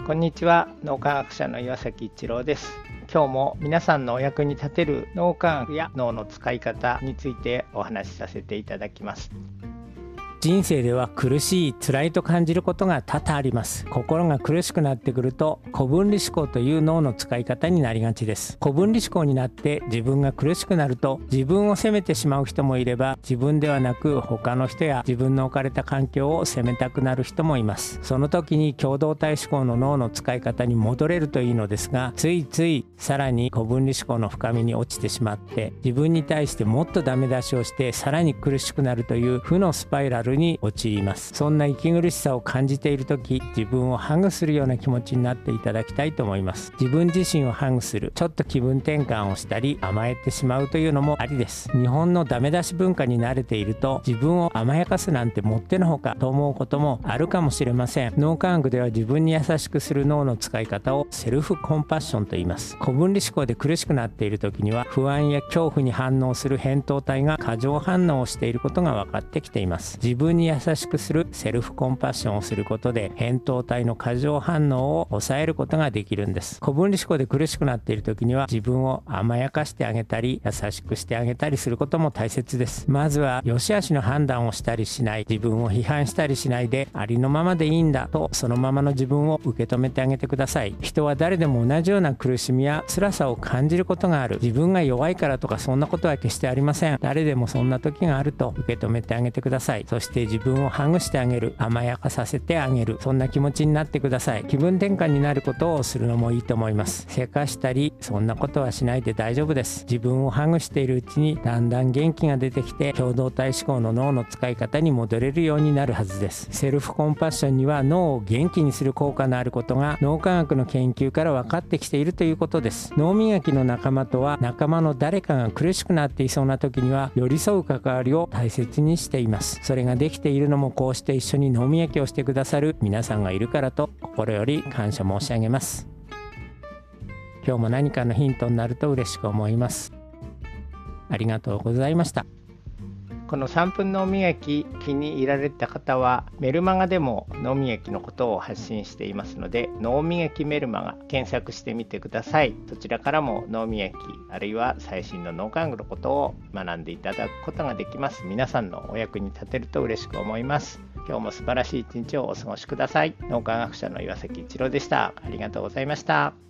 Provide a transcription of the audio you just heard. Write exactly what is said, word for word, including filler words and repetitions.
こんにちは、脳科学者の岩崎一郎です。今日も皆さんのお役に立てる脳科学や脳の使い方についてお話しさせていただきます。 人生では苦しい、辛いと感じることが多々あります。心が苦しくなってくると、古分離思考という脳の使い方になりがちです。古分離思考になって自分が苦しくなると、自分を責めてしまう人もいれば、自分ではなく他の人や自分の置かれた環境を責めたくなる人もいます。その時に共同体思考の脳の使い方に戻れるといいのですが、ついついさらに古分離思考の深みに落ちてしまって、自分に対してもっとダメ出しをしてさらに苦しくなるという負のスパイラルに陥ります。そんな息苦しさを感じている時、自分をハグするような気持ちになっていただきたいと思います。自分自身をハグする、ちょっと気分転換をしたり甘えてしまうというのもありです。日本のダメ出し文化に慣れていると、自分を甘やかすなんてもってのほかと思うこともあるかもしれません。脳科学では自分に優しくする脳の使い方をセルフコンパッションと言います。古分離思考で苦しくなっている時には、不安や恐怖に反応する扁桃体が過剰反応をしていることが分かってきています。自分に優しくするセルフコンパッションをすることで、扁桃体の過剰反応を抑えることができるんです。古分離思考で苦しくなっている時には、自分を甘やかしてあげたり優しくしてあげたりすることも大切です。まずは良し悪しの判断をしたりしない、自分を批判したりしないで、ありのままでいいんだとそのままの自分を受け止めてあげてください。人は誰でも同じような苦しみや辛さを感じることがある。自分が弱いからとかそんなことは決してありません。誰でもそんな時があると受け止めてあげてください。そして自分をハグしてあげる、甘やかさせてあげる、そんな気持ちになってください。気分転換になることをするのもいいと思います。せかしたりそんなことはしないで大丈夫です。自分をハグしているうちにだんだん元気が出てきて、共同体思考の脳の使い方に戻れるようになるはずです。セルフコンパッションには脳を元気にする効果のあることが脳科学の研究から分かってきているということです。脳磨きの仲間とは、仲間の誰かが苦しくなっていそうな時には寄り添う関わりを大切にしています。それができているのも、こうして一緒に脳磨きをしてくださる皆さんがいるからと心より感謝申し上げます。今日も何かのヒントになると嬉しく思います。ありがとうございました。 このさんぷん脳磨き気に入られた方は、メルマガでも脳磨きのことを発信していますので、脳磨きメルマガ検索してみてください。そちらからも脳磨き、あるいは最新の脳科学のことを学んでいただくことができます。皆さんのお役に立てると嬉しく思います。今日も素晴らしい一日をお過ごしください。脳科学者の岩崎一郎でした。ありがとうございました。